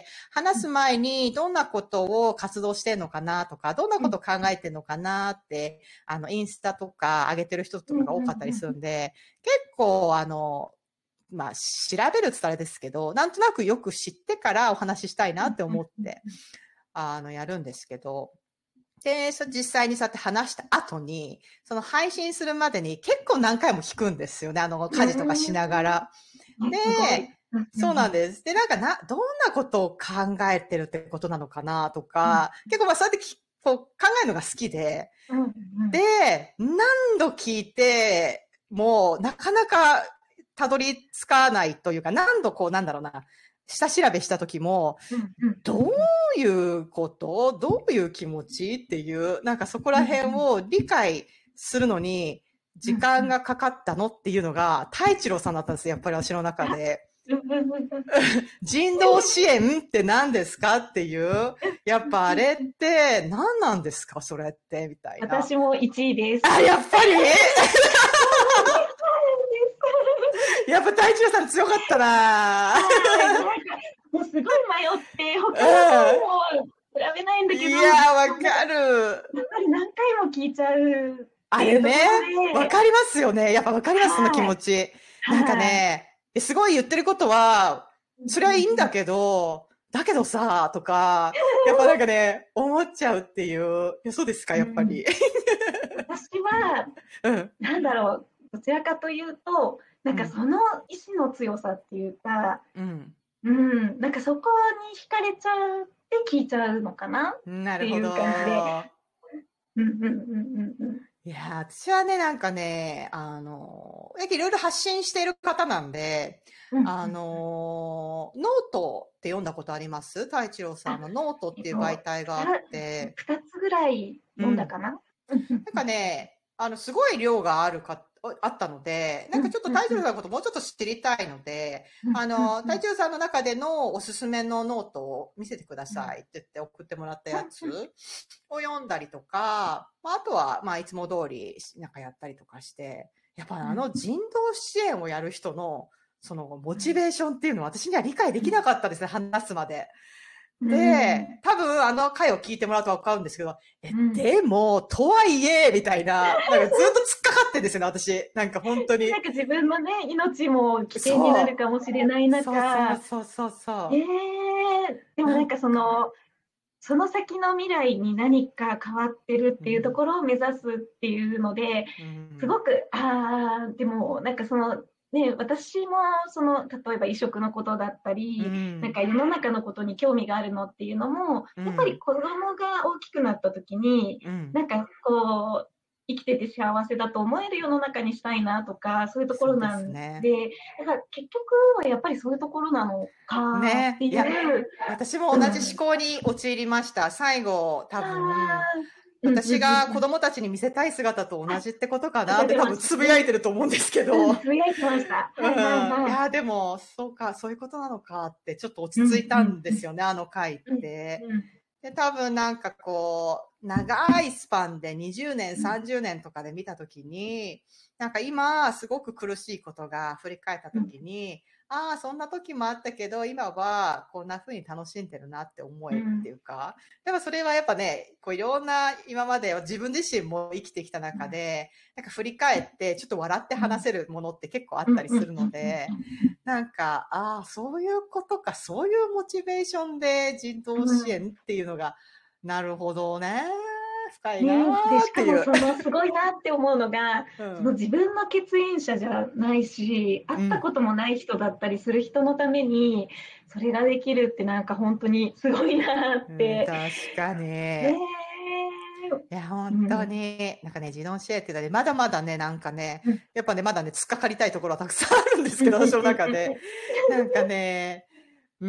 話す前にどんなことを活動してんのかなとか、どんなことを考えてんのかなって、あの、インスタとか上げてる人とかが多かったりするんで、結構あの、まあ、調べるって言ったらあれですけど、なんとなくよく知ってからお話ししたいなって思って、あの、やるんですけど、で、そ実際にそうやって話した後に、その配信するまでに結構何回も聞くんですよね。あの、家事とかしながら。で、そうなんでです。で、なんかな、どんなことを考えてるってことなのかなとか、結構まあそうやってきこう考えるのが好きで、で、何度聞いて、もうなかなかたどり着かないというか、何度こうなんだろうな、下調べした時も、どういうことどういう気持ちっていう、なんかそこら辺を理解するのに時間がかかったのっていうのが、太一郎さんだったんですよ、やっぱり私の中で。人道支援って何ですかっていう、やっぱあれって何なんですかそれってみたいな。 私もいちいです。 あ、やっぱりやっぱ太一郎さん強かったなもうすごい迷って他のも比べないんだけど、 いやわかる。 やっぱり何回も聞いちゃう。 あれね、わかりますよね。やっぱわかります、その気持ち。なんかね、すごい言ってることは、それはいいんだけど、だけどさ、とか、やっぱなんかね、思っちゃうっていう。いやそうですか、やっぱり。 私は、うん、なんだろう、どちらかというと、なんかその意志の強さっていうか、うん、うん、なんかそこに惹かれちゃって聞いちゃうのかなっていう感じで。うんうんうんうんうん。 いや、私はね、なんかね、あの、いろいろ発信している方なんで、うん、あの、ノートって読んだことあります太一郎さんのノートっていう媒体があって。 二つぐらい読んだかな、 うん、なんかね、あの、すごい量があるか、 あったので、なんかちょっと太一郎さんのこともうちょっと知りたいので、あの、太一郎さんの中でのおすすめのノートを見せてくださいって言って送ってもらったやつを読んだりとか、まあ、あとは、まあ、いつも通りなんかやったりとかして、やっぱあの人道支援をやる人の、そのモチベーションっていうのは私には理解できなかったですね、話すまで。で、多分あの回を聞いてもらうとわかるんですけど、え、うん、でも、とはいえ、みたいな、なんかずっと突っかかってんですよね、私。なんか本当に。 なんか自分のね、命も危険になるかもしれない中。 そうそうそうそう。 えー、でもなんかその、その先の未来に何か変わってるっていうところを目指すっていうので、うん、すごく、ああ、でもなんかその、ね、私もその例えば移植のことだったり、うん、なんか世の中のことに興味があるのっていうのも、うん、やっぱり子供が大きくなった時に、うん、なんかこう生きてて幸せだと思える世の中にしたいなとか、そういうところなんで、ね、だから結局はやっぱりそういうところなのかっていう、 ね、私も同じ思考に陥りました、うん、最後多分私が子供たちに見せたい姿と同じってことかなって多分つぶやいてると思うんですけど。 うん、つぶやいてました。 うん、いや、でも、そうか、そういうことなのかってちょっと落ち着いたんですよね、うん、あの回って。うん、で、多分なんかこう、長いスパンでにじゅうねん、さんじゅうねんとかで見たときに、なんか今、すごく苦しいことが振り返ったときに、ああ、そんな時もあったけど、今はこんな風に楽しんでるなって思えるっていうか、うん、でもそれはやっぱね、こういろんな今まで自分自身も生きてきた中で、なんか振り返ってちょっと笑って話せるものって結構あったりするので、なんか、ああ、そういうことか、そういうモチベーションで人道支援っていうのが、なるほどね。深いなーっていう、 ね、でしかもそのすごいなって思うのが、うん、その自分の血縁者じゃないし、会ったこともない人だったりする人のために、それができるってなんか本当にすごいなって。 うん、確かに。ねいや、本当に、うん、なんかね、自動支援っていうのはね、まだまだね、なんかね、うん、やっぱね、まだね、突っかかりたいところはたくさんあるんですけど、私の中で。なんかね、うん、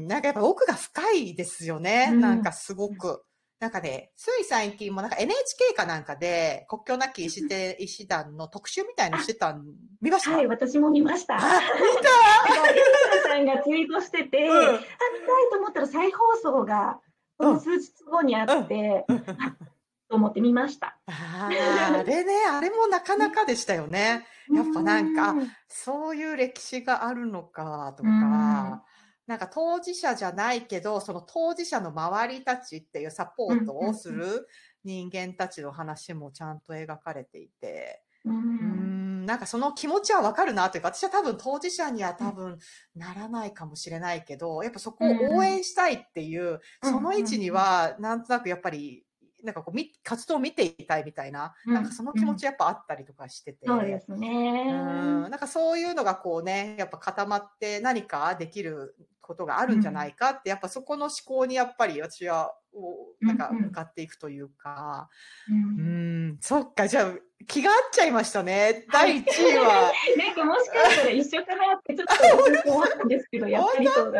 なんかやっぱ奥が深いですよね。うん、なんかすごく。なんかね、つい最近もなんか エヌエイチケー かなんかで、国境なき医師で医師団の特集みたいのしてたん、見ました？ はい、私も見ました。 あ、見た？ エリカさんがツイートしてて、うん、あ、見たいと思ったら再放送が、その数日後にあって、うんうん、と思って見ました。 あ, あれね、あれもなかなかでしたよね。やっぱなんか、そういう歴史があるのかとか、なんか当事者じゃないけど、その当事者の周りたちっていうサポートをする人間たちの話もちゃんと描かれていて、うん、うーんなんかその気持ちはわかるなというか、私は多分当事者には多分ならないかもしれないけど、やっぱそこを応援したいっていう、その位置にはなんとなくやっぱり、なんかこう活動を見ていたいみたいな、なんかその気持ちやっぱあったりとかしてて、 そうですね。 うん、なんかそういうのがこうね、やっぱ固まって何かできることがあるんじゃないかって、やっぱそこの思考にやっぱり私はなんか向かっていくというか、うん、うん、そっか、じゃあ気が合っちゃいましたね。だいいちいは。 なんかもしかしたら一緒かなってちょっと思ったんですけど、やっぱりそうだった。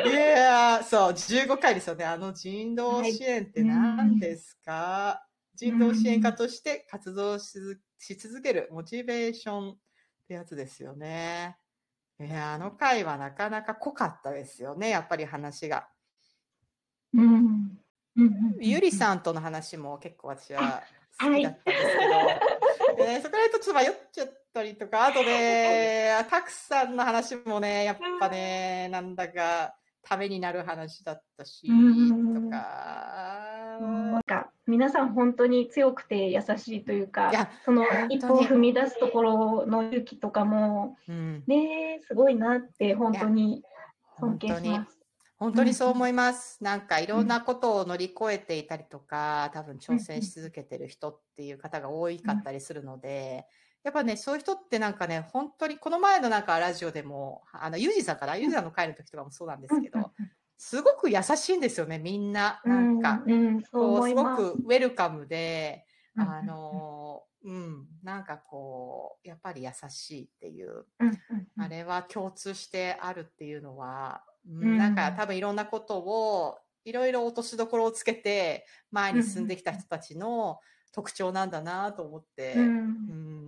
いやそう、じゅうごかいですよね。あの人道支援って何ですか？はい、人道支援家として活動し続けるモチベーションってやつですよね。いや、あの回はなかなか濃かったですよね、やっぱり話が。 うんうんうんうん、 ゆりさんとの話も結構私は好きだったんですけど、はいえー、そこら辺とちょっと迷っちゃったりとか、あとね、たくさんの話もね、やっぱね、なんだかためになる話だったし、とか。 なんか皆さん本当に強くて優しいというか、その一歩を踏み出すところの勇気とかも、うん、ね、すごいなって本当に尊敬します。 本当にそう思います。なんかいろんなことを乗り越えていたりとか、多分挑戦し続けてる人っていう方が多かったりするので、やっぱね、そういう人ってなんかね、本当にこの前のなんかラジオでも、あの、ゆうじさんかな、ゆうじさんの会の時とかもそうなんですけど、すごく優しいんですよね、みんな。なんか、こう、すごくウェルカムで、あの、うん、なんかこう、やっぱり優しいっていう、あれは共通してあるっていうのは、うん、なんか多分いろんなことをいろいろ落としどころをつけて前に進んできた人たちの特徴なんだなと思って、うんうん、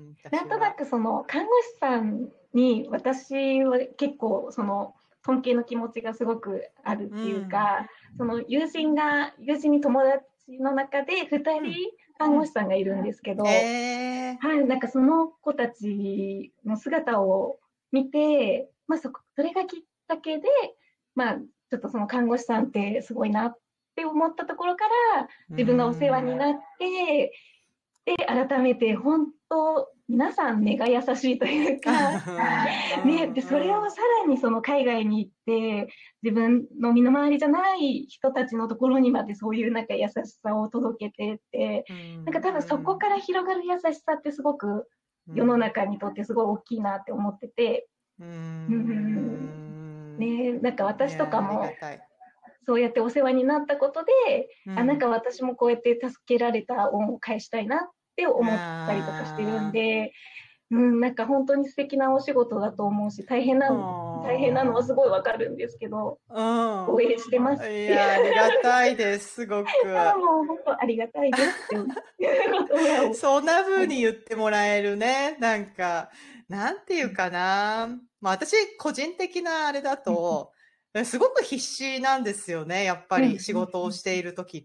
なんとなくその看護師さんに私は結構その尊敬の気持ちがすごくあるっていうか、うん、その友人が友人に友達の中でふたり看護師さんがいるんですけど、うんえー、はい、なんかその子たちの姿を見て、まあ、そこそれがきっかけで、まあ、ちょっとその看護師さんってすごいなって思ったところから自分がお世話になって、で改めて本当皆さん根が優しいというか、ね、でそれをさらにその海外に行って自分の身の回りじゃない人たちのところにまでそういうなんか優しさを届けてって、なんか多分そこから広がる優しさってすごく世の中にとってすごい大きいなって思ってて、うん、ね、なんか私とかもそうやってお世話になったことで、うん、あ、なんか私もこうやって助けられた恩を返したいなって思ったりとかしてるんで、うん、なんか本当に素敵なお仕事だと思うし、大変な大変なのはすごいわかるんですけど、うん、応援してます。 いや、ありがたいです、すごく。 もう本当ありがたいですってそんな風に言ってもらえるね、なんか、なんていうかな、まあ私個人的なあれだと、すごく必死なんですよね、やっぱり仕事をしている時って。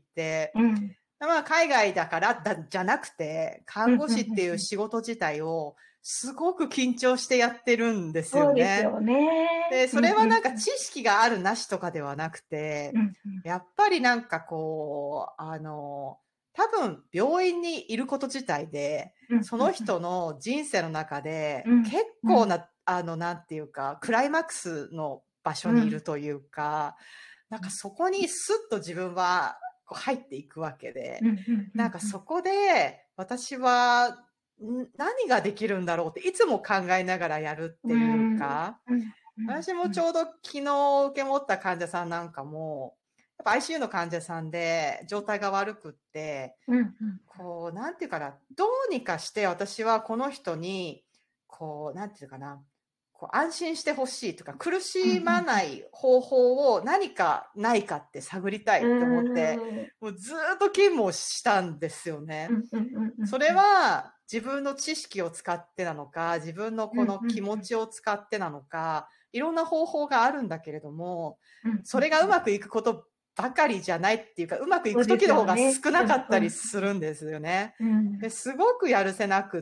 うん、まあ海外だからだじゃなくて、看護師っていう仕事自体をすごく緊張してやってるんですよね。 そうですよね。 で、それはなんか知識があるなしとかではなくて、うんうん、やっぱりなんかこう、あの、多分病院にいること自体で、その人の人生の中で結構な、あの、なんていうか、クライマックスの場所にいるというか、うん、なんかそこにスッと自分はこう入っていくわけで、なんかそこで私は何ができるんだろうっていつも考えながらやるっていうか、私もちょうど昨日受け持った患者さんなんかも、やっぱ アイシーユー の患者さんで状態が悪くって、こう、なんていうかな、どうにかして私はこの人に、こう、なんていうかな、こう安心してほしいとか、苦しまない方法を何かないかって探りたいと思って、もうずっと勤務をしたんですよね。それは自分の知識を使ってなのか、自分のこの気持ちを使ってなのか、いろんな方法があるんだけれども、それがうまくいくことばかりじゃないっていうか、うまくいく時の方が少なかったりするんですよね。ですごくやるせなくって、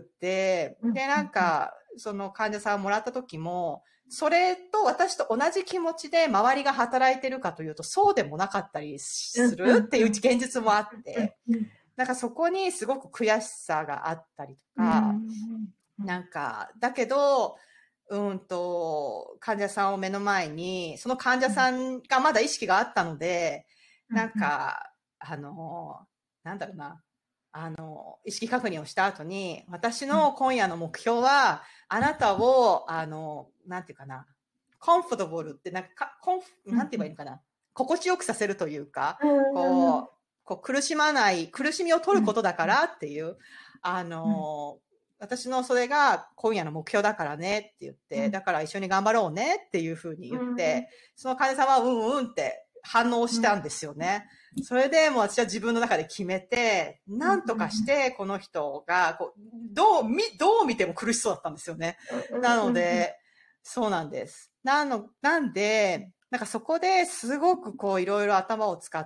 で、なんか、その患者さんをもらった時も、それと私と同じ気持ちで周りが働いてるかというと、そうでもなかったりするっていう現実もあって、なんかそこにすごく悔しさがあったりとか、なんか、だけど、うんと、患者さんを目の前に、その患者さんがまだ意識があったので、なんか、あの、なんだろうな、あの、意識確認をした後に、私の今夜の目標は、あなたを、あの、なんていうかな、コンフォタブルって、なんか、コンフ、なんて言えばいいのかな、心地よくさせるというか、こう、こう苦しまない、苦しみを取ることだからっていう、あの、私のそれが今夜の目標だからねって言って、だから一緒に頑張ろうねっていうふうに言って、その患者さんはうんうんって反応したんですよね。それでもう私は自分の中で決めて、なんとかしてこの人がこうどう見、どう見ても苦しそうだったんですよね。なので、そうなんです。なの、なんで、なんかそこですごくこういろいろ頭を使って、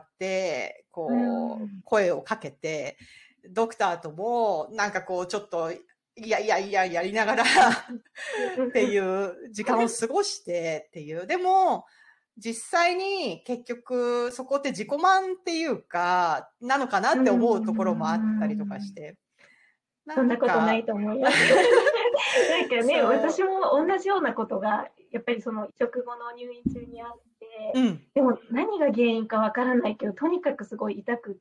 こう声をかけて、ドクターともなんかこうちょっと、いやいやいややりながらっていう時間を過ごしてっていう。でも、実際に結局そこって自己満っていうか、なのかなって思うところもあったりとかして。 そんなことないと思います。なんかね、私も同じようなことが、やっぱりその移植後の入院中にあって、うん、でも何が原因かわからないけど、とにかくすごい痛くって、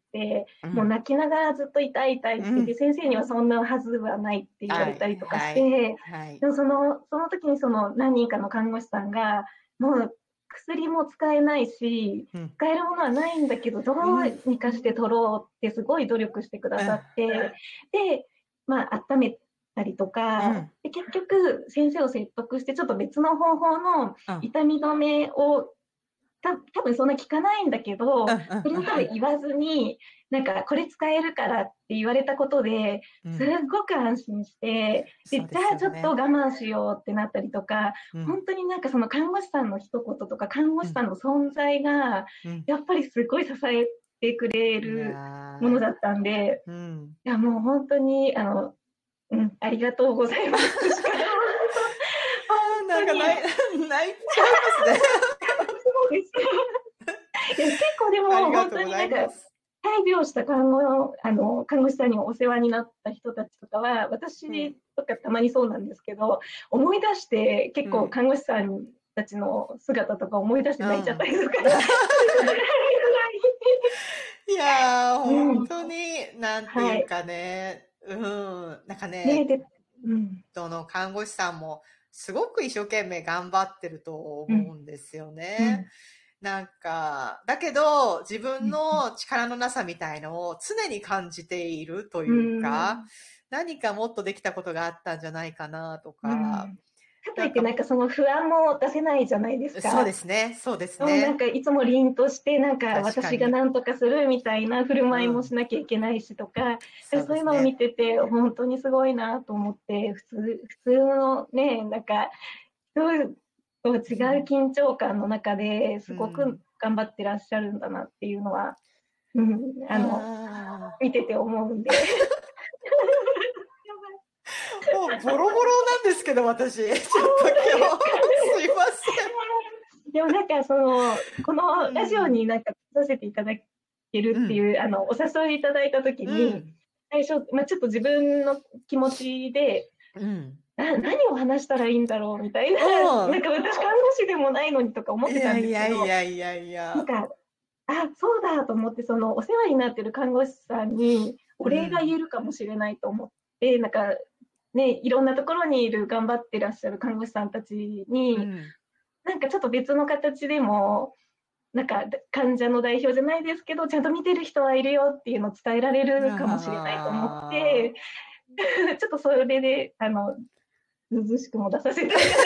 うん、もう泣きながらずっと痛い痛いって言って、うん、先生にはそんなはずはないって言われたりとかして、はいはいはい、でもその、その時にその何人かの看護師さんが、もう薬も使えないし、うん、使えるものはないんだけど、どうにかして取ろうってすごい努力してくださって、うん、で、まあ、温めたりとか、うん、で結局先生を説得してちょっと別の方法の痛み止めをた多分そんな聞かないんだけど、 うんうんそれを多分言わずに、なんかこれ使えるからって言われたことでうんすっごく安心して、で、 そうじゃあちょっですよね。 と我慢しようってなったりとか、 うん本当になんかその看護師さんの一言とか看護師さんの存在がうんやっぱりすごい支えてくれいるやものだったんで、 ーうんいやもう本当にあの、うん、ありがとうございますしか本当になんか泣い泣いちゃいますね。 そうです。いや結構でもありが本当になんかとうございます。 大病した看護の、あの看護師さんにお世話になった人たちとかは、 うん私とかたまにそうなんですけど、思い出して結構看護師さんたちの姿とか思い出して泣いちゃったりとか、 いやー、 うん本当に、なんていうかね、うん、なんかねね、 で、うん、 どの看護師さんもすごく一生懸命頑張ってると思うんですよね。なんか、だけど自分の力のなさみたいのを常に感じているというか、何かもっとできたことがあったんじゃないかなとか。 うんかといってなんかその不安も出せないじゃないですか。 そうですね、そうですそうなんね。 かいつも凛としてなんか確かに私が何とかするみたいな振る舞いもしなきゃいけないしとか、 そうですそういうのを見ね。 てて本当にすごいなと思って、普通普通のねなんか人と違う緊張感の中ですごく頑張ってらっしゃるんだなっていうのは、うん、あのあ見てて思うんで。 ーもうボロボロなんですけど、私。ちょっと今日、すいません。 でもなんかそのこのラジオになんか出させていただけるっていう、うん、あのお誘いいただいた時に、うん、最初、まあ、ちょっと自分の気持ちで、うん、な何を話したらいいんだろうみたいな、なんか私看護師でもないのにとか思ってたんですけど、 いやいやいやいやいや、 なんかあそうだと思って、そのお世話になってる看護師さんにお礼が言えるかもしれないと思って、うん、なんかね、いろんなところにいる頑張ってらっしゃる看護師さんたちに、うん、なんかちょっと別の形でもなんか患者の代表じゃないですけどちゃんと見てる人はいるよっていうのを伝えられるかもしれないと思ってちょっとそれであのずうずうしくも出させていただい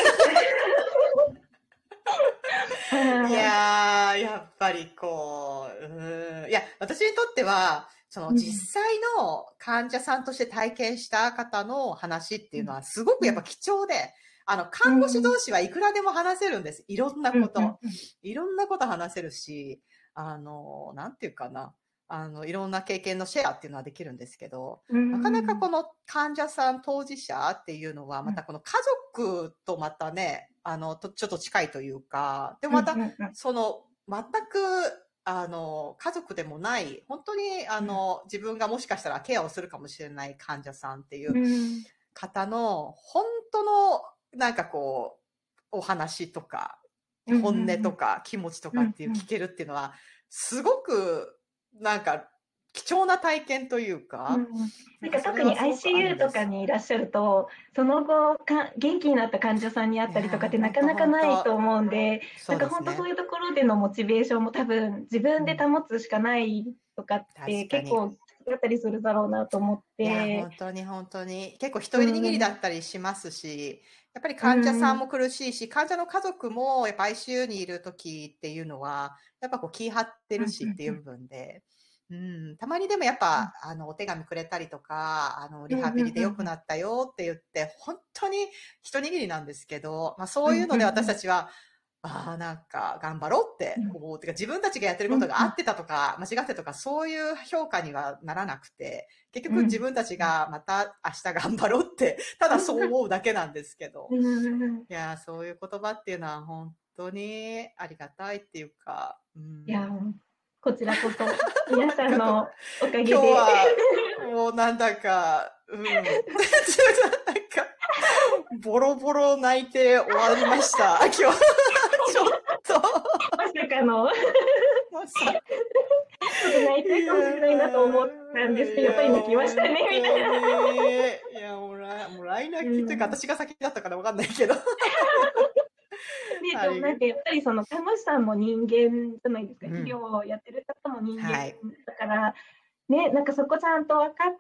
ていやーやっぱりこう、うん、いや私にとってはその実際の患者さんとして体験した方の話っていうのはすごくやっぱ貴重で、あの、看護師同士はいくらでも話せるんです。いろんなこと。いろんなこと話せるし、あの、なんていうかな。あの、いろんな経験のシェアっていうのはできるんですけど、なかなかこの患者さん当事者っていうのは、またこの家族とまたね、あの、とちょっと近いというか、でもまた、その、全く、あの、家族でもない、本当に、あの、自分がもしかしたらケアをするかもしれない患者さんっていう方の、本当の、なんかこう、お話とか、本音とか気持ちとかっていう聞けるっていうのは、すごく、なんか、貴重な体験というか、 うん、なんか特に アイシーユー とかにいらっしゃるとその後か元気になった患者さんに会ったりとかってなかなかないと思うんで、なんか本当そういうところでのモチベーションも多分自分で保つしかないとかって結構だったりするだろうなと思って。 いや本当に本当に結構一握りだったりしますし、うん、やっぱり患者さんも苦しいし、うん、患者の家族もやっぱ アイシーユー にいる時っていうのはやっぱこう気張ってるしっていう部分で。うん、たまにでもやっぱ、うん、あのお手紙くれたりとか、あのリハビリで良くなったよって言って、うんうんうん、本当に一握りなんですけど、まあ、そういうので私たちは、うんうんうん、ああなんか頑張ろうって思う、うん、てか自分たちがやってることが合ってたとか、うんうん、間違ってとかそういう評価にはならなくて、結局自分たちがまた明日頑張ろうってただそう思うだけなんですけど、うんうん、いやそういう言葉っていうのは本当にありがたいっていうか、うん、 いやこちらこそ皆さんのおかげで今日はもうなんだか、うん、なんかボロボロ泣いて終わりました。今日ちょっとまさかのまさかちょっと泣いてるかもしれないなと思ったんですけど、やっぱり泣きましたねみたいな。 いやもう来もう来泣きというか、うん、私が先だったからわかんないけど。 でもなんかやっぱりその看護師さんも人間じゃないですか、うん、医療をやってる方も人間だから、はい、ね、なんかそこちゃんと分かって、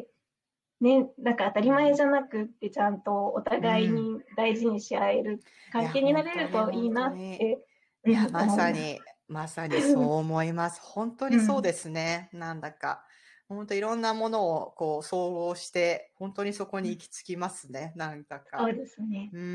ね、なんか当たり前じゃなくってちゃんとお互いに大事にし合える関係になれるといいなっていや、まさに、まさにそう思います。本当にそうですね。うん、なんだか、本当いろんなものをこう総合して、本当にそこに行き着きますね。なんだか。 そうですね。 うん、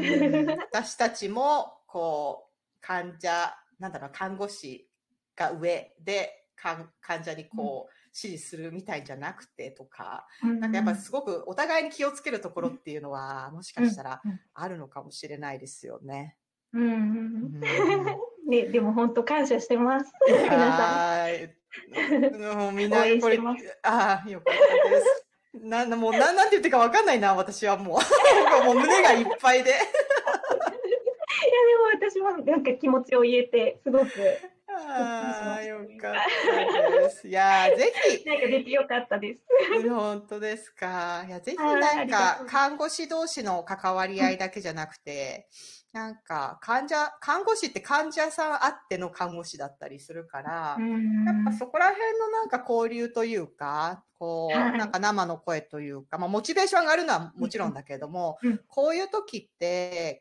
私たちも、こう、患者、なんだろう、看護師が上で、患者にこう、指示するみたいじゃなくてとか、うん、なんかやっぱすごくお互いに気をつけるところっていうのは、もしかしたらあるのかもしれないですよね。 うんうんうんね、でも本当感謝してます。皆さん。 もうみんなこれ、ああ、よかったです。なんもうなんなんて言ってかわかんないな、私はもう。もう胸がいっぱいで。いや、でも私もなんか気持ちを言えて、すごく。 ああ、よかったです。いや、ぜひ。 なんか出てよかったです。 本当ですか。いや、ぜひなんか、看護師同士の関わり合いだけじゃなくて、うん、なんか、患者、看護師って患者さんあっての看護師だったりするから、やっぱそこら辺のなんか交流というか、こう、はい、なんか生の声というか、まあ、モチベーションがあるのはもちろんだけども、うん、こういう時って、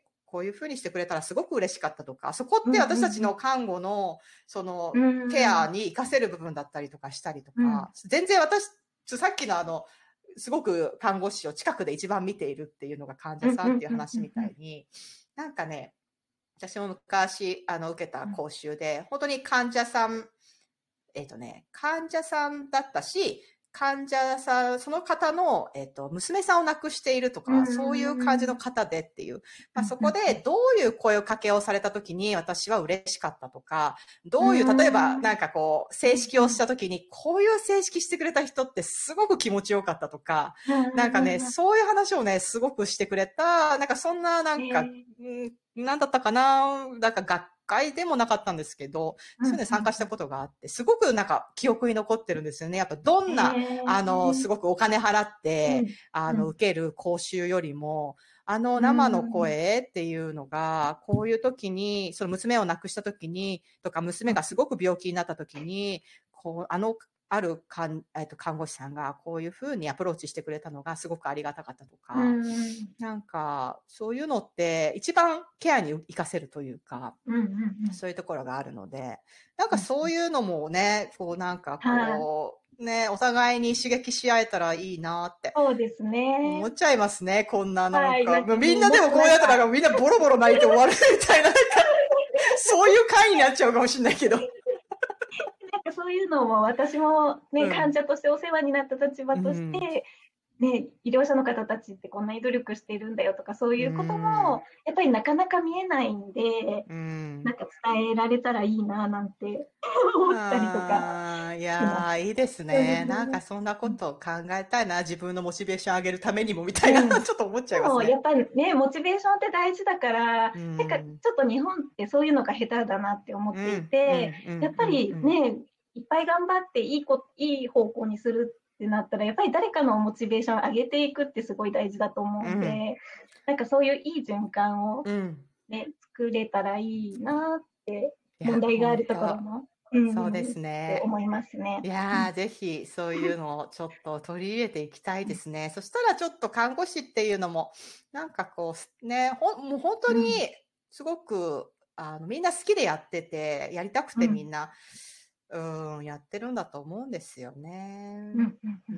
こういう風にしてくれたらすごく嬉しかったとか、そこって私たちの看護の、その、ケアに活かせる部分だったりとかしたりとか、うん、全然私、さっきのあの、すごく看護師を近くで一番見ているっていうのが患者さんっていう話みたいに、なんかね、私も昔、あの、受けた講習で、本当に患者さん、えっとね、患者さんだったし、患者さん、その方の、えっと、娘さんを亡くしているとか、そういう感じの方でっていう。まあ、そこでどういう声かけをされたときに私は嬉しかったとか、どういう、例えばなんかこう、正式をしたときに、こういう正式してくれた人ってすごく気持ちよかったとか、なんかね、そういう話をね、すごくしてくれた、なんかそんななんか、うんなんだったかななんか学会でもなかったんですけど、そういうのに参加したことがあって、すごくなんか記憶に残ってるんですよね。やっぱどんな、あの、すごくお金払って、あの、受ける講習よりも、あの生の声っていうのが、こういう時に、その娘を亡くした時に、とか娘がすごく病気になった時に、こう、あの、あるかん、えっと、看護師さんがこういうふうにアプローチしてくれたのがすごくありがたかったとか、うん、なんかそういうのって一番ケアに活かせるというか、うんうんうん、そういうところがあるので、なんかそういうのもね、こうなんかこう、ね、お互いに刺激し合えたらいいなって。 そうですね。 思っちゃいますね、こんななんか。はい、なんかみんなでもこうやったらみんなボロボロ泣いて終わるみたいな、なんかそういう回になっちゃうかもしれないけど。 そういうのも私もね、うん、患者としてお世話になった立場として、うん、ね、医療者の方たちってこんなに努力しているんだよとかそういうことも、うん、やっぱりなかなか見えないんで、うん、なんか伝えられたらいいななんて思ったりとか。 あいやーいいですね。なんかそんなことを考えたいな、自分のモチベーション上げるためにもみたいな、うん、ちょっと思っちゃいますね。 やっぱりね、モチベーションって大事だから、うん、なんかちょっと日本ってそういうのが下手だなって思っていて、やっぱりね、いっぱい頑張っていいこ、いい方向にするってなったら、やっぱり誰かのモチベーションを上げていくってすごい大事だと思うんで、うん、なんかそういういい循環を、ね、うん、作れたらいいなって、問題があるところも。 うん、そうですね。 思いますね。 いやー、ぜひそういうのをちょっと取り入れていきたいですね。そしたらちょっと看護師っていうのも、なんかこう、ね、ほもう本当にすごく、うん、あのみんな好きでやってて、やりたくてみんな、うん、うん、やってるんだと思うんですよね。うんうん、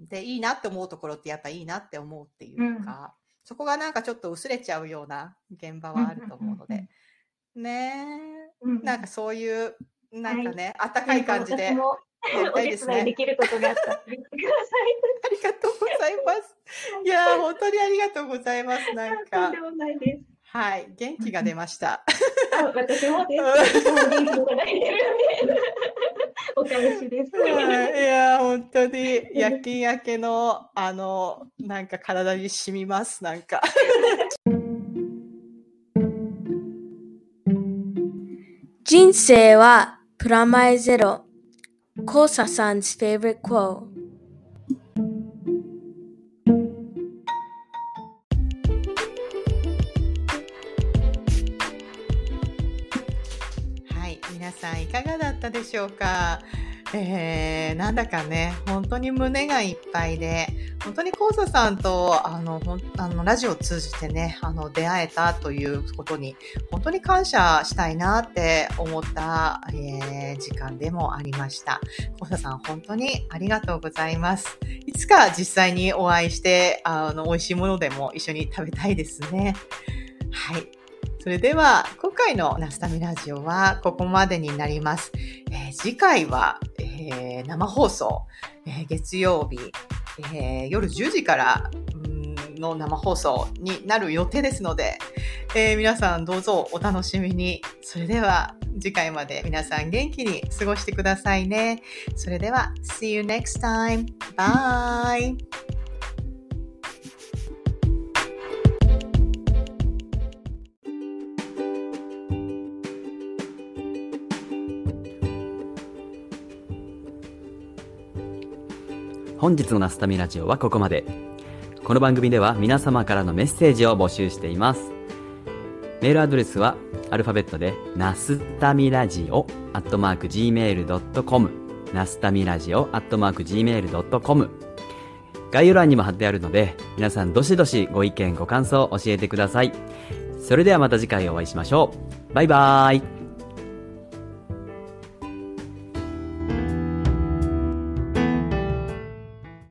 で、いいなって思うところってやっぱいいなって思うっていうか、うん、そこがなんかちょっと薄れちゃうような現場はあると思うので、ねえ、なんかそういう、なんかね、はい、あったかい感じでやりたいですね。 お手伝いできることがあったら言ってください。 ありがとうございます。いやー、本当にありがとうございます。なんか。 とんでもないです。 はい、元気が出ました。 あ、私もです。私も元気いただいてるんで。お返しです。 いや、本当に夜勤明けの、あの、なんか体に染みます、なんか。 人生はプラマイゼロ。コサさん 's favorite quote。 はい、皆さんいかがだったでしょうか。 えー、なんだかね、本当に胸がいっぱいで、本当にコウサさんと、あの、ほんあのラジオを通じてね、あの、出会えたということに、本当に感謝したいなって思った、えー、時間でもありました。コウサさん、本当にありがとうございます。いつか実際にお会いして、あの、美味しいものでも一緒に食べたいですね。はい。それでは、今回のナスタミラジオはここまでになります。えー、次回は、えー、生放送、えー、月曜日、えー、夜じゅうじからの生放送になる予定ですので、えー、皆さんどうぞお楽しみに。それでは次回まで皆さん元気に過ごしてくださいね。それでは See you next time. Bye! 本日のナスタミラジオはここまで。この番組では皆様からのメッセージを募集しています。メールアドレスはアルファベットでナスタミラジオアットマーク ジーメールドットコム ナスタミラジオアットマーク ジーメールドットコム。 概要欄にも貼ってあるので、皆さんどしどしご意見ご感想教えてください。それではまた次回お会いしましょう。バイバーイ。